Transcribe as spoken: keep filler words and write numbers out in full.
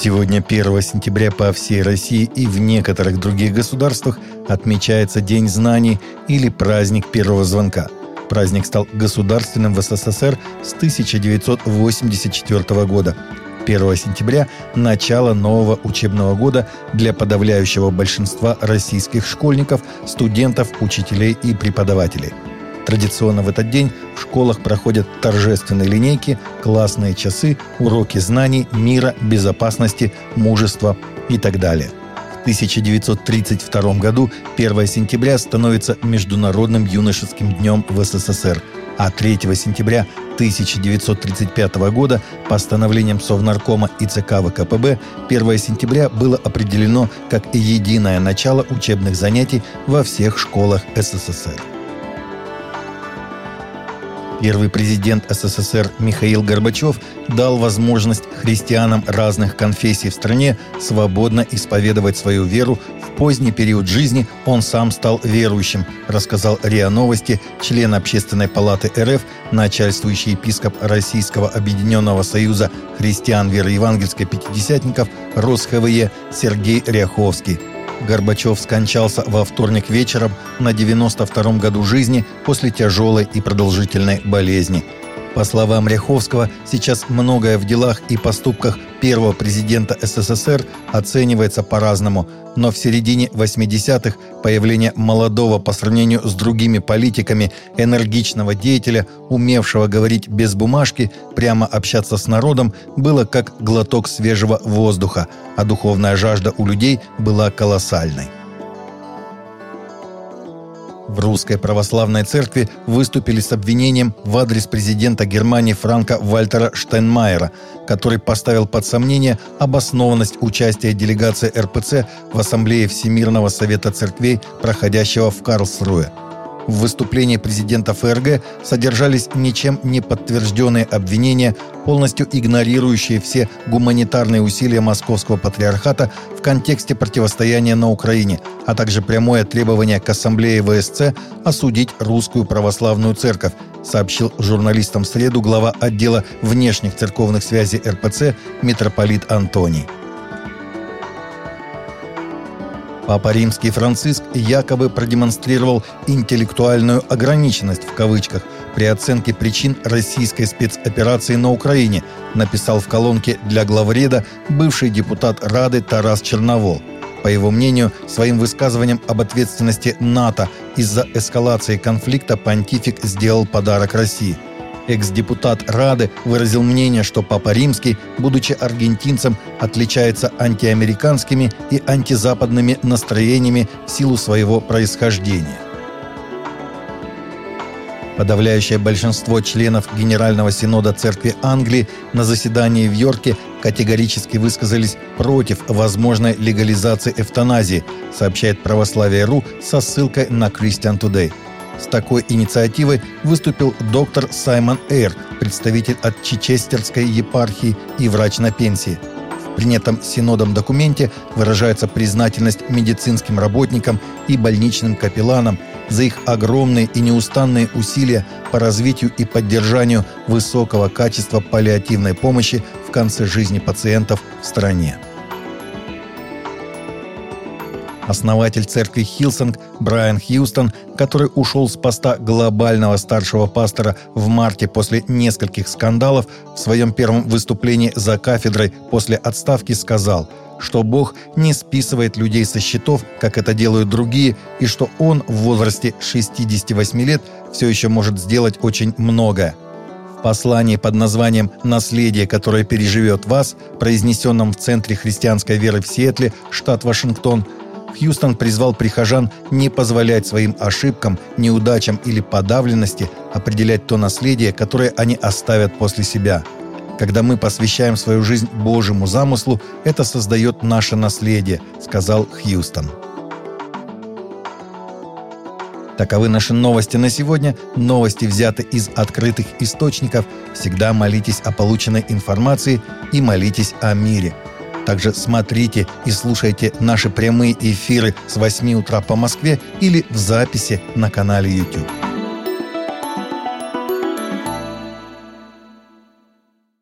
Сегодня, первого сентября, по всей России и в некоторых других государствах отмечается День знаний или праздник первого звонка. Праздник стал государственным в СССР с тысяча девятьсот восемьдесят четвёртого года. первого сентября – начало нового учебного года для подавляющего большинства российских школьников, студентов, учителей и преподавателей. Традиционно в этот день в школах проходят торжественные линейки, классные часы, уроки знаний, мира, безопасности, мужества и так далее. В тысяча девятьсот тридцать втором году первого сентября становится Международным юношеским днем в СССР, а третьего сентября тысяча девятьсот тридцать пятого года постановлением Совнаркома и ЦК ВКПБ первого сентября было определено как единое начало учебных занятий во всех школах СССР. Первый президент СССР Михаил Горбачев дал возможность христианам разных конфессий в стране свободно исповедовать свою веру. В поздний период жизни он сам стал верующим, рассказал РИА Новости член Общественной палаты РФ, начальствующий епископ Российского объединенного союза христиан вероевангельской пятидесятников РосХВЕ Сергей Ряховский. Горбачев скончался во вторник вечером на девяносто втором году жизни после тяжелой и продолжительной болезни. По словам Ряховского, сейчас многое в делах и поступках первого президента СССР оценивается по-разному, но в середине восьмидесятых появление молодого по сравнению с другими политиками энергичного деятеля, умевшего говорить без бумажки, прямо общаться с народом, было как глоток свежего воздуха, а духовная жажда у людей была колоссальной. В Русской Православной Церкви выступили с обвинением в адрес президента Германии Франка-Вальтера Штайнмайера, который поставил под сомнение обоснованность участия делегации эр пэ цэ в Ассамблее Всемирного Совета Церквей, проходящего в Карлсруэ. В выступлении президента эф эр гэ содержались ничем не подтвержденные обвинения, полностью игнорирующие все гуманитарные усилия Московского патриархата в контексте противостояния на Украине, а также прямое требование к Ассамблее вэ эс цэ осудить Русскую Православную Церковь, сообщил журналистам в среду глава отдела внешних церковных связей эр пэ цэ митрополит Антоний. Папа Римский Франциск якобы продемонстрировал интеллектуальную ограниченность в кавычках при оценке причин российской спецоперации на Украине, написал в колонке для главреда бывший депутат Рады Тарас Черновол. По его мнению, своим высказыванием об ответственности НАТО из-за эскалации конфликта понтифик сделал подарок России. Экс-депутат Рады выразил мнение, что Папа Римский, будучи аргентинцем, отличается антиамериканскими и антизападными настроениями в силу своего происхождения. Подавляющее большинство членов Генерального Синода Церкви Англии на заседании в Йорке категорически высказались против возможной легализации эвтаназии, сообщает Православие точка ру со ссылкой на Christian Today. С такой инициативой выступил доктор Саймон Эйр, представитель от Чичестерской епархии и врач на пенсии. В принятом Синодом документе выражается признательность медицинским работникам и больничным капелланам за их огромные и неустанные усилия по развитию и поддержанию высокого качества паллиативной помощи в конце жизни пациентов в стране. Основатель церкви Хиллсонг Брайан Хьюстон, который ушел с поста глобального старшего пастора в марте после нескольких скандалов, в своем первом выступлении за кафедрой после отставки сказал, что Бог не списывает людей со счетов, как это делают другие, и что Он в возрасте шестидесяти восьми лет все еще может сделать очень многое. В послании под названием «Наследие, которое переживет вас», произнесенном в Центре христианской веры в Сиэтле, штат Вашингтон, Хьюстон призвал прихожан не позволять своим ошибкам, неудачам или подавленности определять то наследие, которое они оставят после себя. Когда мы посвящаем свою жизнь Божьему замыслу, это создает наше наследие, сказал Хьюстон. Таковы наши новости на сегодня. Новости взяты из открытых источников. Всегда молитесь о полученной информации и молитесь о мире. Также смотрите и слушайте наши прямые эфиры с восьми утра по Москве или в записи на канале YouTube.